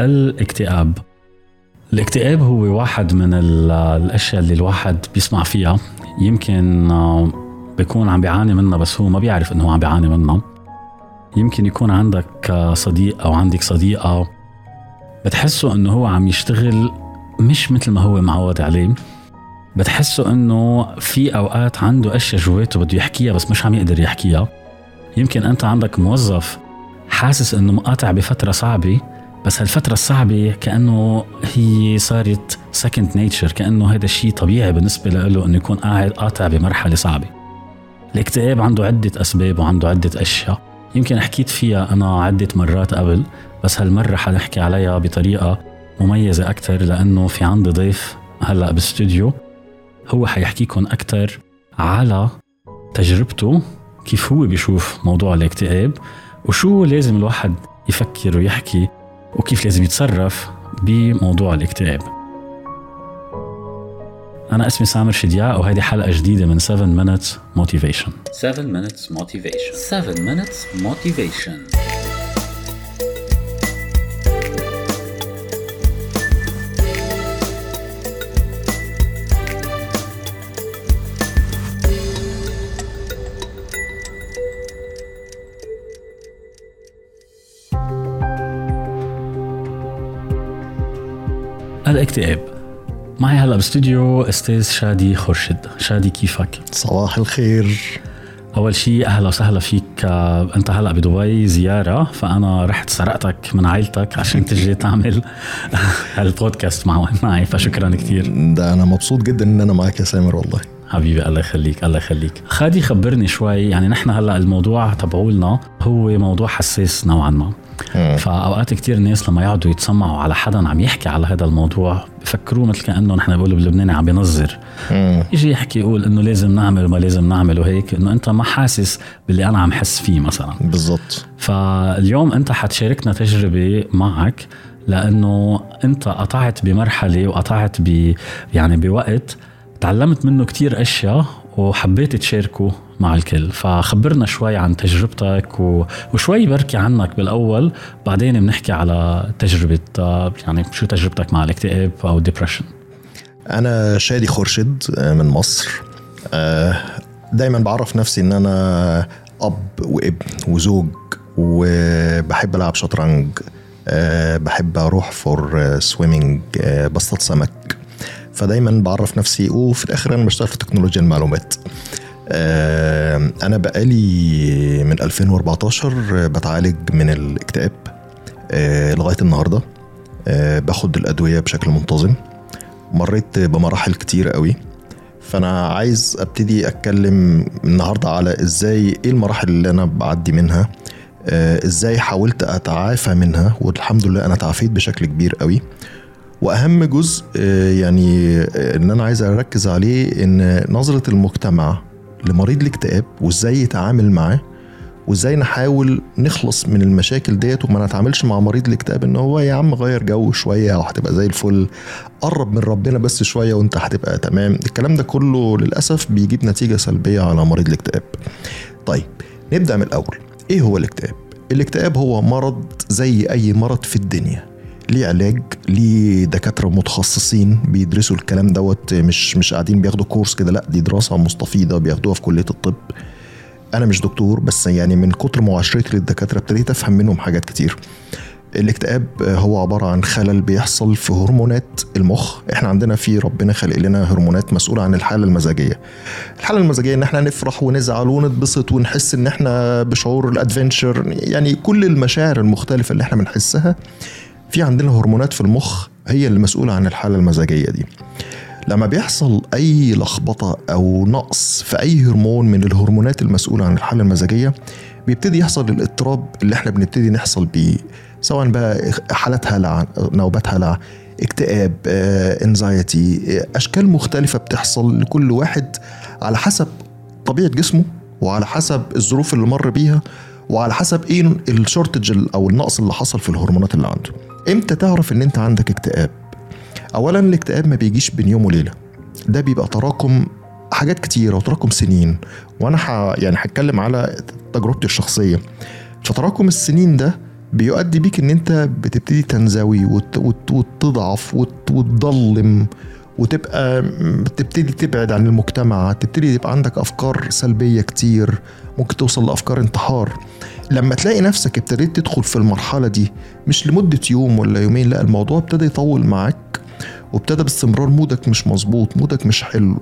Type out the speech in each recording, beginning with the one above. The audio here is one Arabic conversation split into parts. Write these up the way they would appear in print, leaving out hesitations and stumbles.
الاكتئاب. الاكتئاب هو واحد من الأشياء اللي الواحد بيسمع فيها، يمكن بيكون عم بيعاني منها بس هو ما بيعرف انه عم بيعاني منها. يمكن يكون عندك صديق او عندك صديقة بتحسوا انه هو عم يشتغل مش مثل ما هو معود عليه، بتحسوا انه في اوقات عنده اشياء جواته بده يحكيها بس مش عم يقدر يحكيها. يمكن انت عندك موظف حاسس انه مقاطع بفترة صعبة، بس هالفترة الصعبة كأنه هي صارت second nature، كأنه هذا الشيء طبيعي بالنسبة له انه يكون قاعد قاطع بمرحلة صعبة. الاكتئاب عنده عدة أسباب وعنده عدة أشياء يمكن حكيت فيها أنا عدة مرات قبل، بس هالمرة حنحكي عليها بطريقة مميزة أكتر لأنه في عندي ضيف هلأ بالاستوديو هو حيحكيكم أكتر على تجربته، كيف هو بيشوف موضوع الاكتئاب وشو لازم الواحد يفكر ويحكي وكيف لازم يتصرف بموضوع الاكتئاب. أنا اسمي سامر شدياء وهذه حلقة جديدة من 7 Minutes Motivation. 7 Minutes Motivation. 7 Minutes Motivation. الاكتئاب. معي هلأ باستوديو أستاذ شادي خورشد. شادي كيفك؟ صباح الخير. أول شيء أهلا وسهلا فيك. أنت هلأ بدبي زيارة، فأنا رحت سرقتك من عائلتك عشان تجي تعمل هالبودكاست معي، فشكرا كتير. ده أنا مبسوط جدا إن أنا معك يا سامر والله. حبيبي الله يخليك الله يخليك. خادي خبرني شوي، يعني نحن هلأ الموضوع تبعولنا هو موضوع حساس نوعا ما. فأوقات كتير ناس لما يقعدوا يتسمعوا على حدا عم يحكي على هذا الموضوع بفكروا مثل كأنه نحن بقوله باللبناني عم بينظر، يجي يحكي يقول إنه لازم نعمل وما لازم نعمل وهيك، إنه أنت ما حاسس باللي أنا عم حس فيه مثلا. بالضبط. فاليوم أنت حتشاركنا تجربة معك لأنه أنت قطعت بمرحلة وقطعت يعني بوقت تعلمت منه كتير أشياء وحبيت تشاركه مع الكل. فخبرنا شوي عن تجربتك وشوي بركي عنك بالأول، بعدين بنحكي على تجربة، يعني شو تجربتك مع الاكتئاب أو الديبريشن. أنا شادي خورشد من مصر. دايما بعرف نفسي إن أنا أب وابن وزوج، وبحب ألعب شطرنج، بحب أروح فور سويمينج، بصطاد سمك. فدايما بعرف نفسي، وفي الآخر أنا بشتغل في تكنولوجيا المعلومات. أنا بقالي من 2014 بتعالج من الاكتئاب لغاية النهاردة. باخد الأدوية بشكل منتظم، مريت بمراحل كتير قوي. فأنا عايز أبتدي أتكلم النهاردة على إزاي إيه المراحل اللي أنا بعدي منها، إزاي حاولت أتعافى منها، والحمد لله أنا تعافيت بشكل كبير قوي. وأهم جزء يعني إن أنا عايز أركز عليه إن نظرة المجتمع لمريض الاكتئاب وإزاي يتعامل معاه، وإزاي نحاول نخلص من المشاكل ديت وما نتعاملش مع مريض الاكتئاب إنه هو يا عم غير جو شوية وهتبقى زي الفل، قرب من ربنا بس شوية وانت هتبقى تمام. الكلام ده كله للأسف بيجيب نتيجة سلبية على مريض الاكتئاب. طيب نبدأ من الأول. إيه هو الاكتئاب؟ الاكتئاب هو مرض زي أي مرض في الدنيا، ليه علاج، ليه دكاترة متخصصين بيدرسوا الكلام دوت، مش قاعدين بياخدوا كورس كده، لا دي دراسة مستفيضة بياخدوها في كلية الطب. أنا مش دكتور بس يعني من كتر معاشرتي للدكاترة ابتديت أفهم منهم حاجات كتير. الاكتئاب هو عبارة عن خلل بيحصل في هرمونات المخ. احنا عندنا في ربنا خلق لنا هرمونات مسؤولة عن الحالة المزاجية. الحالة المزاجية ان احنا نفرح ونزعل ونتبسط ونحس ان احنا بشعور الادفنتشر، يعني كل المشاعر المختلفة اللي احنا بنحسها في عندنا هرمونات في المخ هي اللي مسؤولة عن الحالة المزاجية دي. لما بيحصل أي لخبطة أو نقص في أي هرمون من الهرمونات المسؤولة عن الحالة المزاجية بيبتدي يحصل الاضطراب اللي احنا بنبتدي نحصل بيه، سواء بقى حالات هلع، نوبات هلع، اكتئاب، انزايتي، أشكال مختلفة بتحصل لكل واحد على حسب طبيعة جسمه وعلى حسب الظروف اللي مر بيها وعلى حسب ايه الشورتج او النقص اللي حصل في الهرمونات اللي عنده. امتى تعرف ان انت عندك اكتئاب؟ اولا الاكتئاب ما بيجيش بين يوم وليلة، ده بيبقى تراكم حاجات كتيرة وتراكم سنين، وانا يعني هتكلم على تجربتي الشخصية. فتراكم السنين ده بيؤدي بيك ان انت بتبتدي تنزوي وتضعف وتضلم، وتبقى تبتدي تبعد عن المجتمع، تبتدي يبقى عندك افكار سلبية كتير، ممكن توصل لافكار انتحار. لما تلاقي نفسك ابتديت تدخل في المرحلة دي مش لمدة يوم ولا يومين، لا الموضوع ابتدى يطول معاك، وابتدى باستمرار مودك مش مظبوط، مودك مش حلو،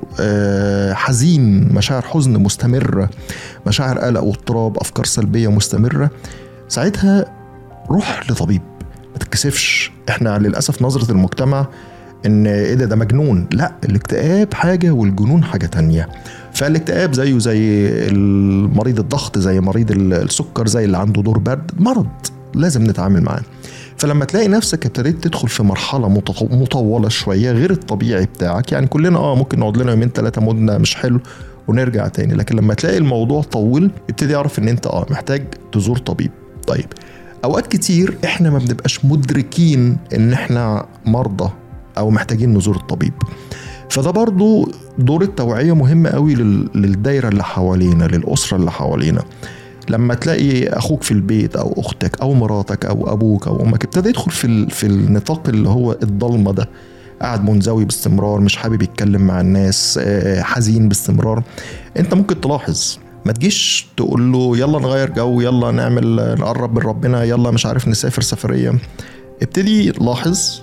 حزين، مشاعر حزن مستمرة، مشاعر قلق واضطراب، افكار سلبية مستمرة، ساعتها روح لطبيب. ما تتكسفش. احنا للأسف نظرة المجتمع ان ايه ده مجنون. لا، الاكتئاب حاجة والجنون حاجة تانية. فالاكتئاب زيه زي المريض الضغط، زي مريض السكر، زي اللي عنده دور برد، مرض لازم نتعامل معاه. فلما تلاقي نفسك ابتديت تدخل في مرحلة مطولة شوية غير الطبيعي بتاعك، يعني كلنا ممكن نقعد لنا يومين 3 مودنا مش حلو ونرجع تاني، لكن لما تلاقي الموضوع طول ابتدي اعرف ان انت محتاج تزور طبيب. طيب، اوقات كتير احنا ما بنبقاش مدركين ان احنا مرضى او محتاجين نزور الطبيب. فده برضو دور التوعية مهمة قوي للدايرة اللي حوالينا، للأسرة اللي حوالينا. لما تلاقي أخوك في البيت أو أختك أو مراتك أو أبوك أو أمك ابتدى يدخل في النطاق اللي هو الضلمة ده، قاعد منزوي باستمرار، مش حابب يتكلم مع الناس، حزين باستمرار، انت ممكن تلاحظ. ما تجيش تقول له يلا نغير جو، يلا نقرب من ربنا، يلا مش عارف نسافر سفرية. ابتدي لاحظ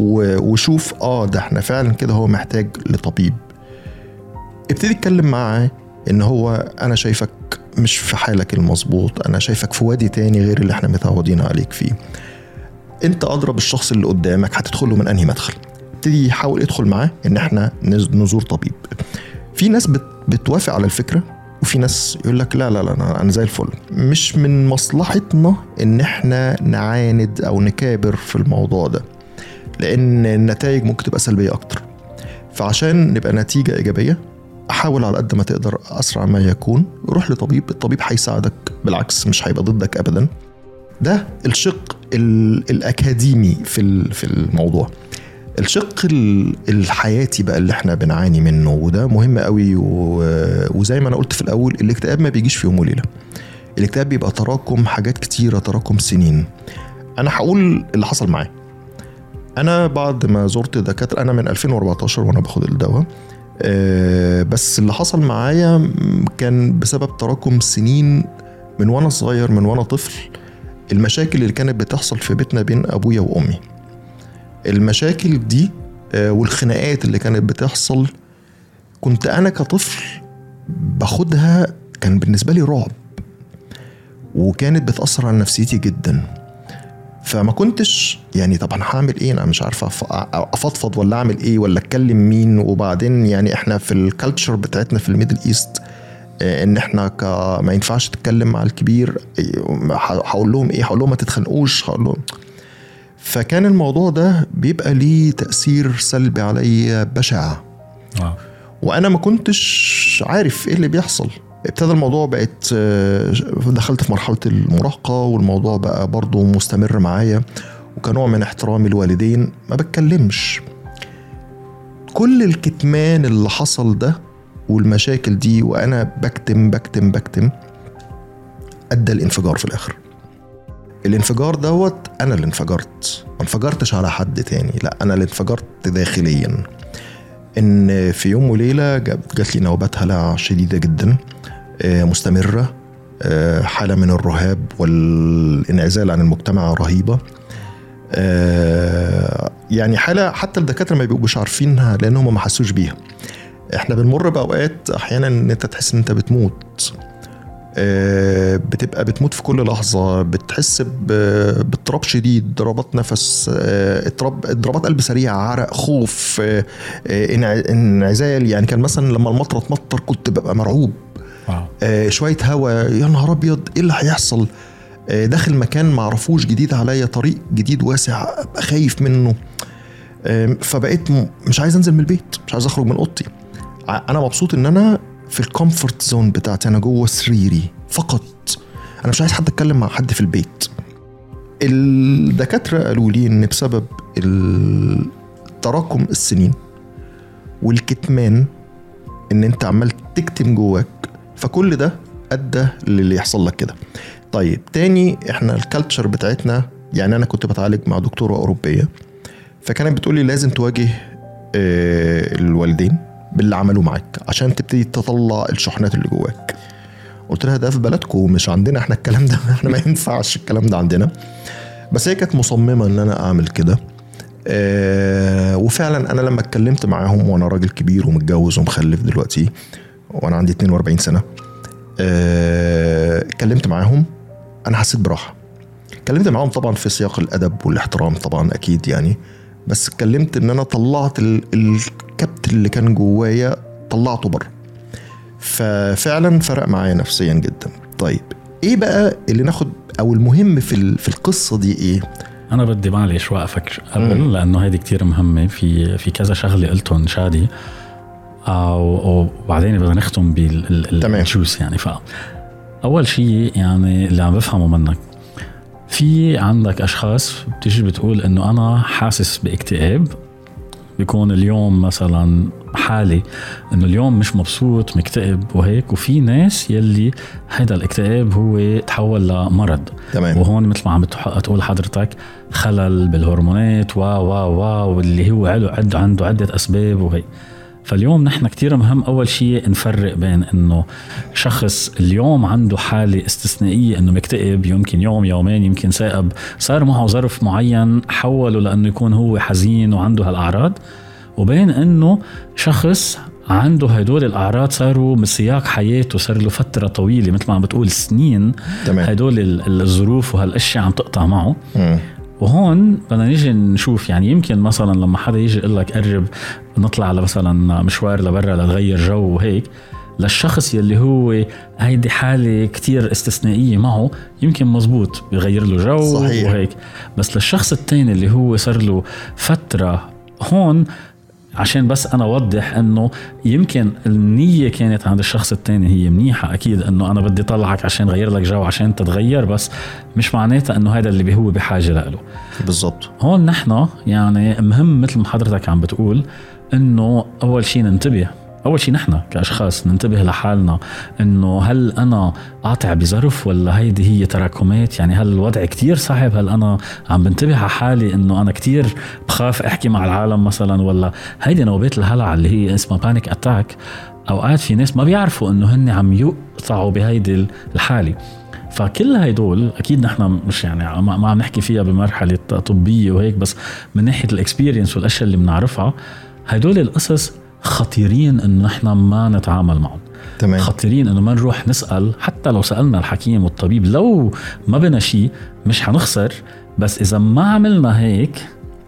وشوف ده احنا فعلا كده هو محتاج لطبيب. ابتدي اتكلم معاه ان هو انا شايفك مش في حالك المظبوط، انا شايفك في وادي تاني غير اللي احنا متعودين عليك فيه. انت اضرب الشخص اللي قدامك هتدخله من انهي مدخل. ابتدي يحاول يدخل معاه ان احنا نزور طبيب. في ناس بتوافق على الفكرة، وفي ناس يقول لك لا لا لا انا زي الفل. مش من مصلحتنا ان احنا نعاند او نكابر في الموضوع ده، لان النتائج ممكن تبقى سلبية اكتر. فعشان نبقى نتيجة ايجابية، حاول على قد ما تقدر أسرع ما يكون روح لطبيب. الطبيب هيساعدك، بالعكس مش هيبقى ضدك أبدا. ده الشق الأكاديمي في الموضوع. الشق الحياتي بقى اللي احنا بنعاني منه، وده مهم قوي. وزي ما أنا قلت في الأول، الاكتئاب ما بيجيش في يوم وليلة. الاكتئاب بيبقى تراكم حاجات كتيرة، تراكم سنين. أنا هقول اللي حصل معي. أنا بعد ما زرت دكاترة، أنا من 2014 وأنا باخد الدواء، بس اللي حصل معايا كان بسبب تراكم سنين من وانا صغير، من وانا طفل. المشاكل اللي كانت بتحصل في بيتنا بين ابويا وامي، المشاكل دي والخناقات اللي كانت بتحصل، كنت انا كطفل باخدها، كان بالنسبة لي رعب، وكانت بتأثر على نفسيتي جدا. فما كنتش يعني طب انا هعمل ايه، انا مش عارفه افضفض ولا اعمل ايه ولا اتكلم مين. وبعدين يعني احنا في الكالتشر بتاعتنا في الميدل ايست ان احنا ما ينفعش تتكلم مع الكبير. هقول لهم ايه؟ هقول لهم ما تتخانقوش، هقول لهم. فكان الموضوع ده بيبقى ليه تأثير سلبي علي بشع. وانا ما كنتش عارف ايه اللي بيحصل. ابتدى الموضوع بقت دخلت في مرحلة المراهقة، والموضوع بقى برضو مستمر معايا، وكنوع من احترام الوالدين ما بتكلمش. كل الكتمان اللي حصل ده والمشاكل دي وانا بكتم بكتم بكتم ادى الانفجار في الاخر. الانفجار دوت انا اللي انفجرت، ما انفجرتش على حد تاني، لا انا اللي انفجرت داخليا. ان في يوم وليلة جات لي نوبات هلع شديدة جدا مستمرة، حالة من الرهاب والانعزال عن المجتمع رهيبة. يعني حالة حتى الدكاترة ما بيبقوش عارفينها لأنهم ما حسوش بيها. احنا بنمر بأوقات أحيانا ان انت تحس ان انت بتموت، بتبقى بتموت في كل لحظة، بتحس باضطراب شديد، ضربات نفس، اضطرابات قلب سريعة، عرق، خوف، انعزال. يعني كان مثلا لما المطر تمطر كنت ببقى مرعوب. شوية هوا، يا نهار أبيض ايه اللي هيحصل؟ داخل مكان معرفوش، جديد عليا، طريق جديد واسع، أبقى خايف منه. فبقيت مش عايز انزل من البيت، مش عايز اخرج من اوضتي. انا مبسوط ان انا في الكومفورت زون بتاعتي، انا جوه سريري فقط، انا مش عايز حد اتكلم مع حد في البيت. الدكاترة قالوا لي ان بسبب تراكم السنين والكتمان، ان انت عمال تكتم جواك، فكل ده ادى للي يحصل لك كده. طيب تاني، احنا الكالتشر بتاعتنا، يعني انا كنت بتعالج مع دكتورة اوروبية، فكانت بتقولي لازم تواجه الوالدين باللي عملوا معاك عشان تبتدي تطلع الشحنات اللي جواك. قلت لها ده في بلدكم، مش عندنا احنا الكلام ده، احنا ما ينفعش الكلام ده عندنا. بس هي كانت مصممة ان انا اعمل كده. وفعلا انا لما اتكلمت معاهم، وانا راجل كبير ومتجوز ومخلف دلوقتي وانا عندي 42 سنة، اتكلمت معاهم، انا حسيت براحة. اتكلمت معاهم طبعا في سياق الادب والاحترام طبعا اكيد يعني، بس اتكلمت ان انا طلعت الكبت اللي كان جوايا طلعته بره، ففعلا فرق معايا نفسيا جدا. طيب ايه بقى اللي ناخد او المهم في القصة دي ايه؟ انا بدي معلش وقفك قبل، لانه هيدي كتير مهمة في كذا شغلة قلتهم شادي، وبعدين بدنا نختم بالجوس يعني. فاول شيء يعني اللي عم بفهمه منك، في عندك اشخاص بتيجي بتقول انه انا حاسس باكتئاب، بيكون اليوم مثلا حالي انه اليوم مش مبسوط مكتئب وهيك، وفي ناس يلي هيدا الاكتئاب هو تحول لمرض. تمام. وهون مثل ما عم تقول حضرتك خلل بالهرمونات واللي هو عنده عدة اسباب وهي. فاليوم نحن كتير مهم أول شيء نفرق بين إنه شخص اليوم عنده حالة استثنائية إنه مكتئب، يمكن يوم يومين يمكن سائب، صار معه ظرف معين حوله لأنه يكون هو حزين وعنده هالأعراض، وبين إنه شخص عنده هدول الأعراض صاروا من سياق حياته، صار له فترة طويلة مثل ما عم بتقول سنين. تمام. هدول الظروف وهالأشياء عم تقطع معه. وهون بدنا نيجي نشوف يعني يمكن مثلا لما حدا يجي يقول لك قرب نطلع على مثلا مشوار لبرا لتغير جو وهيك، للشخص يلي هو هيدي حالة كتير استثنائية معه يمكن مزبوط بيغير له جو. صحيح. وهيك. بس للشخص التاني اللي هو صار له فترة هون، عشان بس أنا أوضح أنه يمكن النية كانت عند الشخص التاني هي منيحة أكيد، أنه أنا بدي طلعك عشان غير لك جو عشان تتغير، بس مش معناتها أنه هذا اللي هو بحاجة له. بالضبط. هون نحن يعني مهم مثل ما حضرتك عم بتقول أنه أول شيء ننتبه، أول شيء نحن كأشخاص ننتبه لحالنا، إنه هل أنا قاطع بظرف ولا هيدي هي تراكمات؟ يعني هل الوضع كتير صعب؟ هل أنا عم بنتبه على حالي إنه أنا كتير بخاف أحكي مع العالم مثلا؟ ولا هيدي نوبات الهلع اللي هي اسمها بانيك أتاك؟ أوقات في ناس ما بيعرفوا إنه هن عم يقطعوا بهيدي الحالة. فكل هيدول أكيد نحن مش يعني ما عم نحكي فيها بمرحلة طبية وهيك، بس من ناحية الإكسبيرينس والأشياء اللي بنعرفها، هيدول القصص خطيرين إنه نحن ما نتعامل معهم. تمام. خطيرين إنه ما نروح نسأل، حتى لو سألنا الحكيم والطبيب لو ما بنا شيء مش هنخسر، بس إذا ما عملنا هيك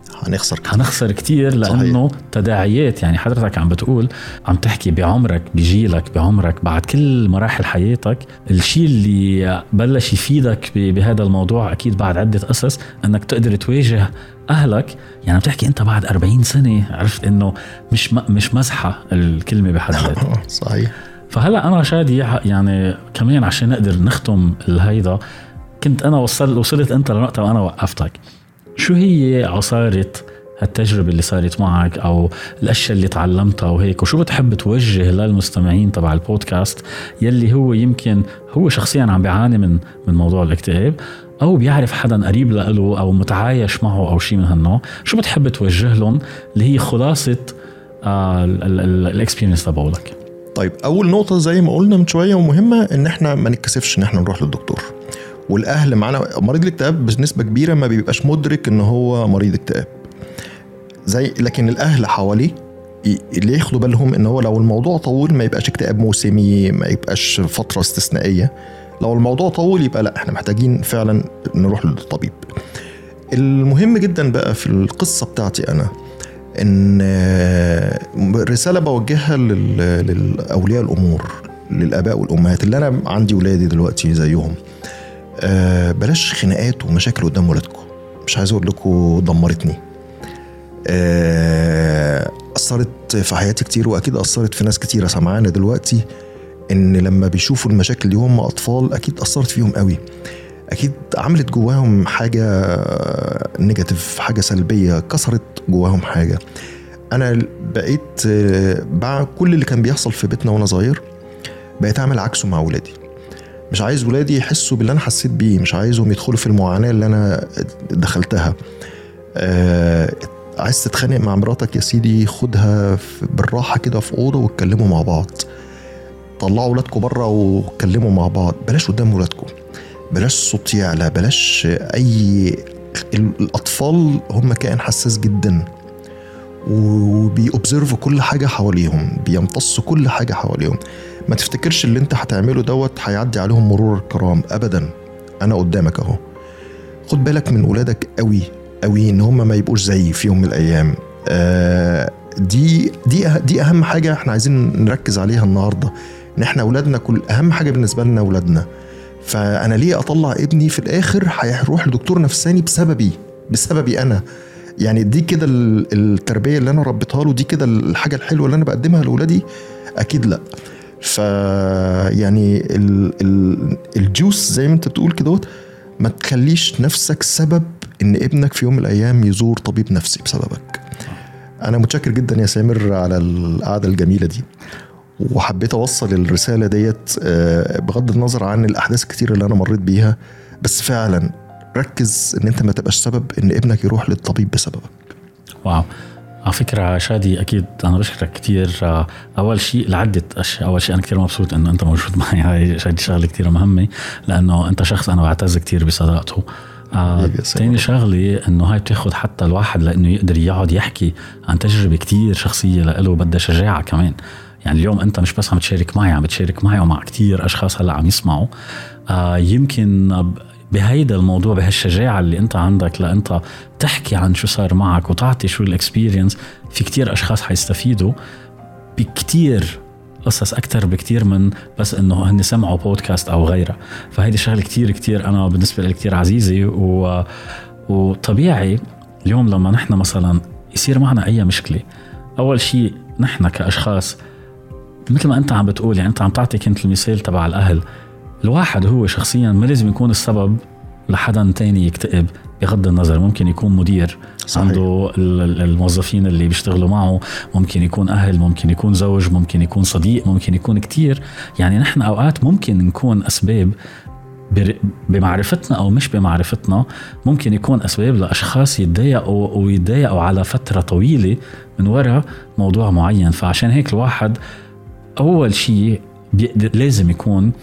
هنخسر كتير، لأنه صحيح. تداعيات يعني حضرتك عم بتقول، عم تحكي بعمرك بجيلك بعمرك بعد كل مراحل حياتك، الشيء اللي بلش يفيدك بهذا الموضوع أكيد بعد عدة قصص أنك تقدر تواجه أهلك. يعني بتحكي أنت بعد 40 سنة عرفت أنه مش مزحة الكلمة بحد ذاتها. صحيح. فهلأ أنا شادي يعني كمان عشان نقدر نختم الهيدا، كنت أنا وصلت أنت لنقطة وأنا وقفتك. شو هي عصارة هالتجربة اللي صارت معك أو الأشياء اللي تعلمتها وهيك، وشو بتحب توجه للمستمعين تبع البودكاست يلي هو يمكن هو شخصيا عم بيعاني من موضوع الاكتئاب، أو بيعرف حدا قريب له أو متعايش معه أو شيء من هالنوع؟ شو بتحب توجه لهم اللي هي خلاصة الاكسبيرينس تبعولك؟ طيب أول نقطة زي ما قلنا من شوية ومهمة، إن إحنا ما نتكسفش إن إحنا نروح للدكتور. والأهل معنا مريض الاكتئاب بنسبة كبيرة ما بيبقاش مدرك إن هو مريض اكتئاب، لكن الأهل حواليه اللي ياخدوا بالهم إن هو لو الموضوع طول ما يبقاش اكتئاب موسمي، ما يبقاش فترة استثنائية. لو الموضوع طول يبقى لا، إحنا محتاجين فعلا نروح للطبيب. المهم جدا بقى في القصة بتاعتي أنا، إن رسالة بوجهها للأولياء الأمور، للآباء والأمهات اللي أنا عندي ولادي دلوقتي زيهم. بلاش خناقات ومشاكل قدام ولادكم. مش عايز أقول لكم دمرتني، أثرت في حياتي كتير، وأكيد أثرت في ناس كتيرة سمعانا دلوقتي، إن لما بيشوفوا المشاكل دي هم أطفال أكيد أثرت فيهم قوي، أكيد عملت جواهم حاجة نيجاتيف، حاجة سلبية، كسرت جواهم حاجة. أنا بقيت بعد كل اللي كان بيحصل في بيتنا وأنا صغير بقيت أعمل عكسه مع أولادي. مش عايز ولادي يحسوا باللي انا حسيت بيه، مش عايزهم يدخلوا في المعاناة اللي انا دخلتها. عايز تتخانق مع مراتك يا سيدي، خدها بالراحة كده في أوضة واتكلموا مع بعض. طلعوا ولادكم بره واتكلموا مع بعض، بلاش قدام ولادكم، بلاش صوت يعلى، بلاش الأطفال هم كائن حساس جدا وبيأوبزرفوا كل حاجة حواليهم، بيمتصوا كل حاجة حواليهم. ما تفتكرش اللي انت هتعمله دوت هيعدي عليهم مرور الكرام أبدا. أنا قدامك أهو. خد بالك من ولادك قوي قوي، ان هم ما يبقوش زي في يوم من الأيام. دي أهم حاجة احنا عايزين نركز عليها النهاردة، ان احنا أولادنا كل أهم حاجة بالنسبة لنا أولادنا. فأنا ليه أطلع ابني في الآخر هيروح لدكتور نفساني بسببي أنا؟ يعني دي كده التربية اللي أنا ربيتها له، دي كده الحاجة الحلوة اللي أنا بقدمها لأولادي؟ أكيد لأ. يعني الجوس زي ما أنت بتقول كده، ما تخليش نفسك سبب إن ابنك في يوم من الأيام يزور طبيب نفسي بسببك. أنا متشكر جدا يا سامر على القعدة الجميلة دي، وحبيت أوصل الرسالة ديت بغض النظر عن الأحداث الكتير اللي أنا مريت بيها، بس فعلا ركز ان انت ما تبقاش سبب ان ابنك يروح للطبيب بسببك. واو، على فكرة شادي أكيد أنا بشكرك كتير. أول شيء لعدة أشياء. أول شيء أنا كتير مبسوط إنه أنت موجود معي، هاي شغلة كتير مهمة، لأنه أنت شخص أنا بعتز كتير بصداقته. تاني شغلة إنه هاي بتاخد حتى الواحد لأنه يقدر يقعد يحكي عن تجربة كتير شخصية لإله، بدها شجاعة كمان. يعني اليوم أنت مش بس عم تشارك معي، عم بتشارك معي ومع كتير أشخاص هلأ عم يسمعوا. يمكن بهيدا الموضوع، بهالشجاعة اللي انت عندك لأنت تحكي عن شو صار معك وتعطي شو الاكسبيرينس، في كتير أشخاص حيستفيدوا بكتير قصص أكتر بكتير من بس إنه هن سمعوا بودكاست أو غيره. فهيدي شغلة كتير أنا بالنسبة لي كتير عزيزة. وطبيعي اليوم لما نحن مثلا يصير معنا أي مشكلة، أول شيء نحن كأشخاص مثل ما أنت عم بتقول، يعني أنت عم تعطي كنت المثال تبع الأهل، الواحد هو شخصيا ما لازم يكون السبب لحدا تاني يكتئب. بغض النظر، ممكن يكون مدير صحيح. عنده الموظفين اللي بيشتغلوا معه، ممكن يكون أهل، ممكن يكون زوج، ممكن يكون صديق، ممكن يكون كتير. يعني نحن أوقات ممكن نكون أسباب بمعرفتنا أو مش بمعرفتنا، ممكن يكون أسباب لأشخاص يتضايقوا على فترة طويلة من وراء موضوع معين. فعشان هيك الواحد أول شيء لازم يكون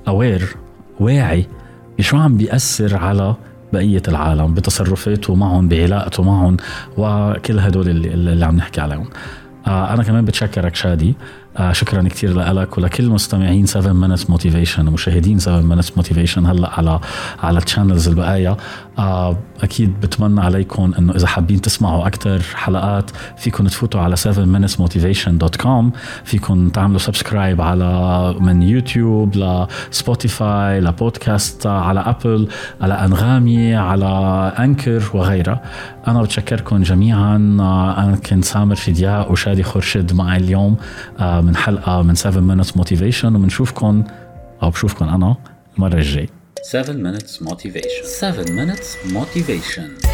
واعي بشو عم بيأثر على بقية العالم بتصرفاته معهم، بعلاقته معهم، وكل هدول اللي عم نحكي عليهم. أنا كمان بتشكرك شادي، شكرا كتير لك ولكل مستمعين 7 Minutes Motivation ومشاهدين 7 Minutes Motivation هلأ على التشانلز البقايا. أكيد بتمنى عليكم أنه إذا حابين تسمعوا أكتر حلقات فيكم تفوتوا على 7minutesmotivation.com، فيكم تعملوا سبسكرايب على من يوتيوب لسبوتيفاي لبودكاست، على أبل، على أنغامي، على أنكر وغيرها. أنا بتشكركم جميعا. أنا كنت سامر فدياء وشادي خورشيد معي اليوم من حلقة من 7 Minutes Motivation، وبنشوفكم أنا المرة الجاي. 7 Minutes Motivation. 7 Minutes Motivation.